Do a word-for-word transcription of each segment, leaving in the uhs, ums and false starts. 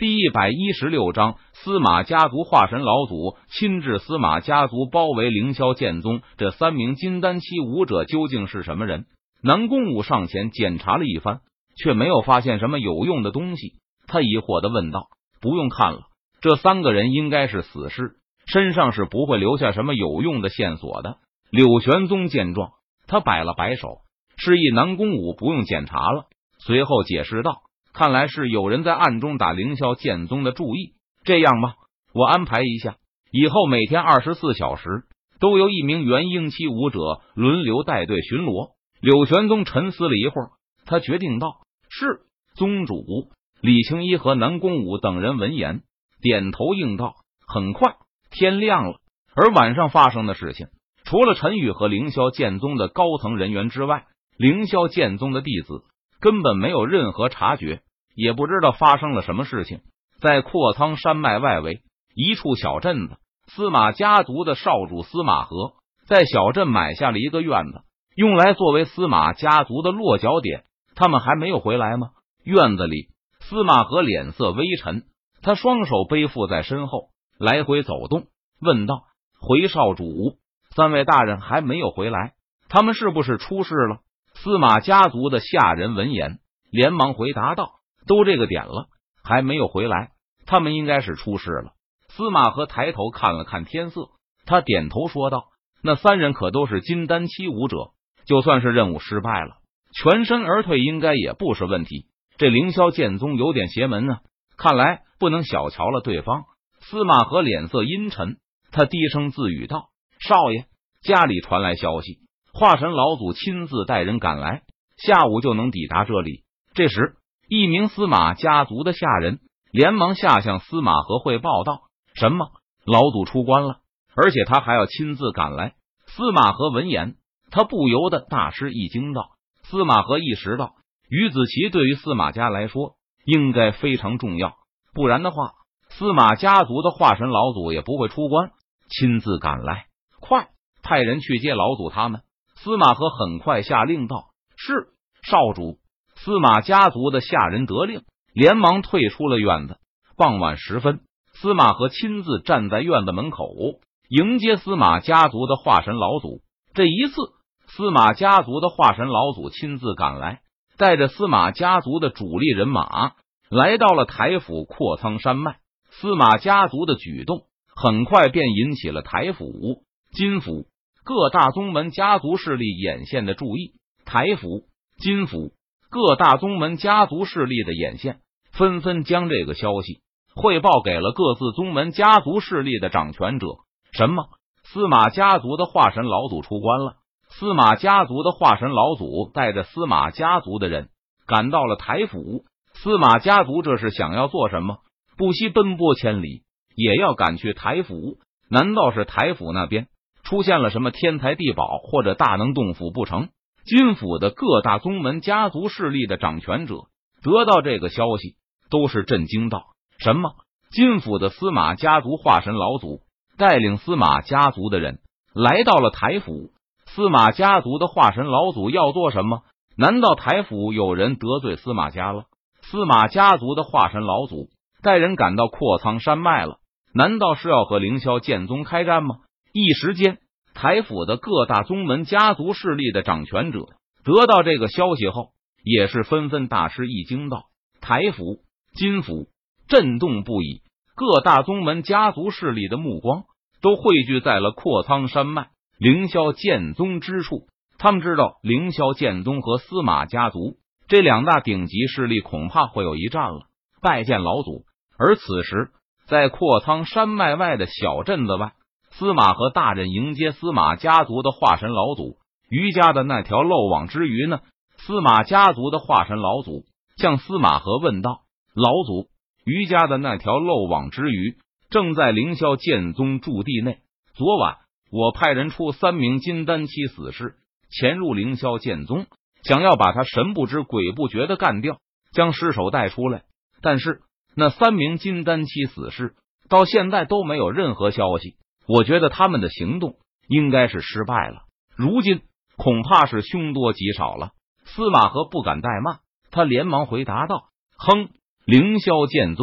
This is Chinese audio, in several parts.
第一百一十六章，司马家族化神老祖亲至司马家族，包围凌霄剑宗。这三名金丹期武者究竟是什么人？南宫武上前检查了一番，却没有发现什么有用的东西。他疑惑地问道：“不用看了，这三个人应该是死尸，身上是不会留下什么有用的线索的。”柳玄宗见状，他摆了摆手，示意南宫武不用检查了，随后解释道：“看来是有人在暗中打凌霄剑宗的注意。这样吧，我安排一下，以后每天二十四小时都由一名元婴期武者轮流带队巡逻。”柳玄宗沉思了一会儿，他决定道：“是，宗主。”李青衣和南宫武等人闻言点头应道。很快天亮了，而晚上发生的事情，除了陈宇和凌霄剑宗的高层人员之外，凌霄剑宗的弟子根本没有任何察觉，也不知道发生了什么事情。在阔苍山脉外围一处小镇子，司马家族的少主司马和在小镇买下了一个院子，用来作为司马家族的落脚点。他们还没有回来吗？院子里，司马和脸色微沉，他双手背负在身后，来回走动，问道：“回少主，三位大人还没有回来，他们是不是出事了？”司马家族的下人闻言连忙回答道：“都这个点了，还没有回来，他们应该是出事了。”司马和抬头看了看天色，他点头说道：“那三人可都是金丹期武者，就算是任务失败了，全身而退应该也不是问题。这凌霄剑宗有点邪门啊，看来不能小瞧了对方。”司马和脸色阴沉，他低声自语道：“少爷，家里传来消息，化神老祖亲自带人赶来，下午就能抵达这里。”这时，一名司马家族的下人连忙下向司马和汇报道：“什么？老祖出关了，而且他还要亲自赶来？”司马和闻言，他不由得大吃一惊道：“司马和意识到，于子琪对于司马家来说应该非常重要，不然的话，司马家族的化神老祖也不会出关，亲自赶来。快派人去接老祖他们。”司马和很快下令道：“是，少主。”司马家族的下人得令，连忙退出了院子。傍晚时分，司马和亲自站在院子门口迎接司马家族的化神老祖。这一次，司马家族的化神老祖亲自赶来，带着司马家族的主力人马来到了台府阔苍山脉。司马家族的举动很快便引起了台府、金府各大宗门家族势力眼线的注意。台府、金府各大宗门家族势力的眼线纷纷将这个消息汇报给了各自宗门家族势力的掌权者。什么？司马家族的化神老祖出关了？司马家族的化神老祖带着司马家族的人赶到了台府。司马家族这是想要做什么？不惜奔波千里也要赶去台府？难道是台府那边出现了什么天才地宝或者大能洞府不成？金府的各大宗门家族势力的掌权者得到这个消息都是震惊道：“什么？金府的司马家族化神老祖带领司马家族的人来到了台府？司马家族的化神老祖要做什么？难道台府有人得罪司马家了？司马家族的化神老祖带人赶到阔苍山脉了，难道是要和凌霄剑宗开战吗？”一时间，台府的各大宗门家族势力的掌权者得到这个消息后，也是纷纷大吃一惊道：“台府、金府震动不已，各大宗门家族势力的目光都汇聚在了阔苍山脉凌霄剑宗之处。他们知道凌霄剑宗和司马家族这两大顶级势力恐怕会有一战了，拜见老祖。”而此时，在阔苍山脉外的小镇子外，司马和大人迎接司马家族的化神老祖。于家的那条漏网之鱼呢？司马家族的化神老祖向司马和问道：“老祖，于家的那条漏网之鱼正在凌霄剑宗驻地内。昨晚我派人出三名金丹期死士潜入凌霄剑宗，想要把他神不知鬼不觉的干掉，将尸首带出来。但是那三名金丹期死士到现在都没有任何消息，我觉得他们的行动应该是失败了，如今恐怕是凶多吉少了。”司马和不敢怠慢，他连忙回答道：“哼，凌霄剑宗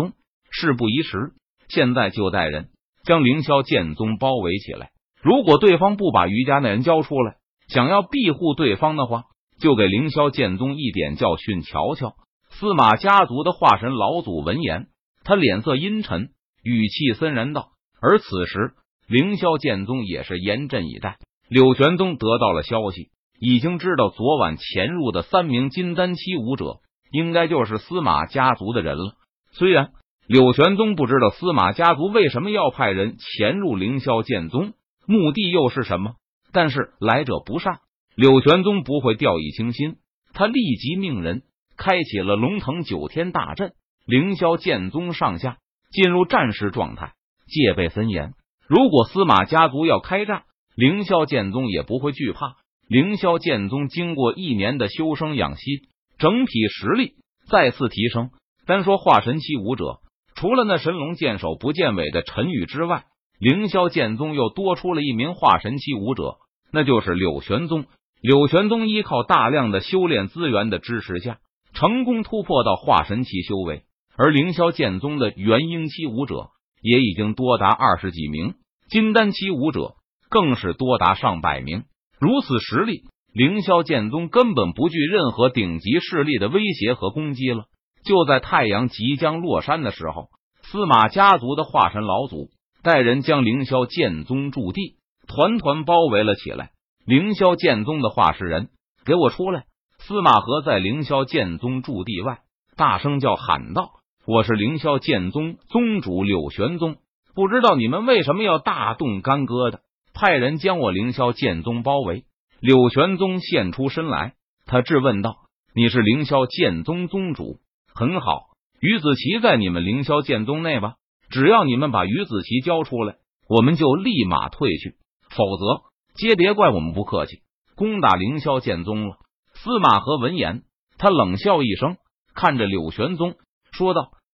事不宜迟，现在就带人将凌霄剑宗包围起来。如果对方不把余家那人交出来，想要庇护对方的话，就给凌霄剑宗一点教训瞧瞧。司马家族的化神老祖闻言，他脸色阴沉，语气森然道。而此时凌霄剑宗也是严阵以待。柳玄宗得到了消息，已经知道昨晚潜入的三名金丹期武者应该就是司马家族的人了。虽然柳玄宗不知道司马家族为什么要派人潜入凌霄剑宗，目的又是什么，但是来者不善，柳玄宗不会掉以轻心。他立即命人开启了龙腾九天大阵，凌霄剑宗上下进入战时状态，戒备森严。如果司马家族要开战，凌霄剑宗也不会惧怕。凌霄剑宗经过一年的修生养息，整体实力再次提升。单说化神期武者，除了那神龙见首不见尾的陈宇之外，凌霄剑宗又多出了一名化神期武者，那就是柳玄宗。柳玄宗依靠大量的修炼资源的支持下，成功突破到化神期修为，而凌霄剑宗的元婴期武者也已经多达二十几名，金丹期武者更是多达上百名。如此实力，凌霄剑宗根本不惧任何顶级势力的威胁和攻击了。就在太阳即将落山的时候，司马家族的化神老祖带人将凌霄剑宗驻地团团包围了起来。凌霄剑宗的化石人，给我出来！司马和在凌霄剑宗驻地外大声叫喊道：我是凌霄剑宗宗主柳玄宗，不知道你们为什么要大动干戈的，派人将我凌霄剑宗包围。柳玄宗现出身来，他质问道：你是凌霄剑宗宗主？很好，于子琪在你们凌霄剑宗内吧，只要你们把于子琪交出来，我们就立马退去，否则皆别怪我们不客气，攻打凌霄剑宗了。司马和闻言，他冷笑一声，看着柳玄宗说道：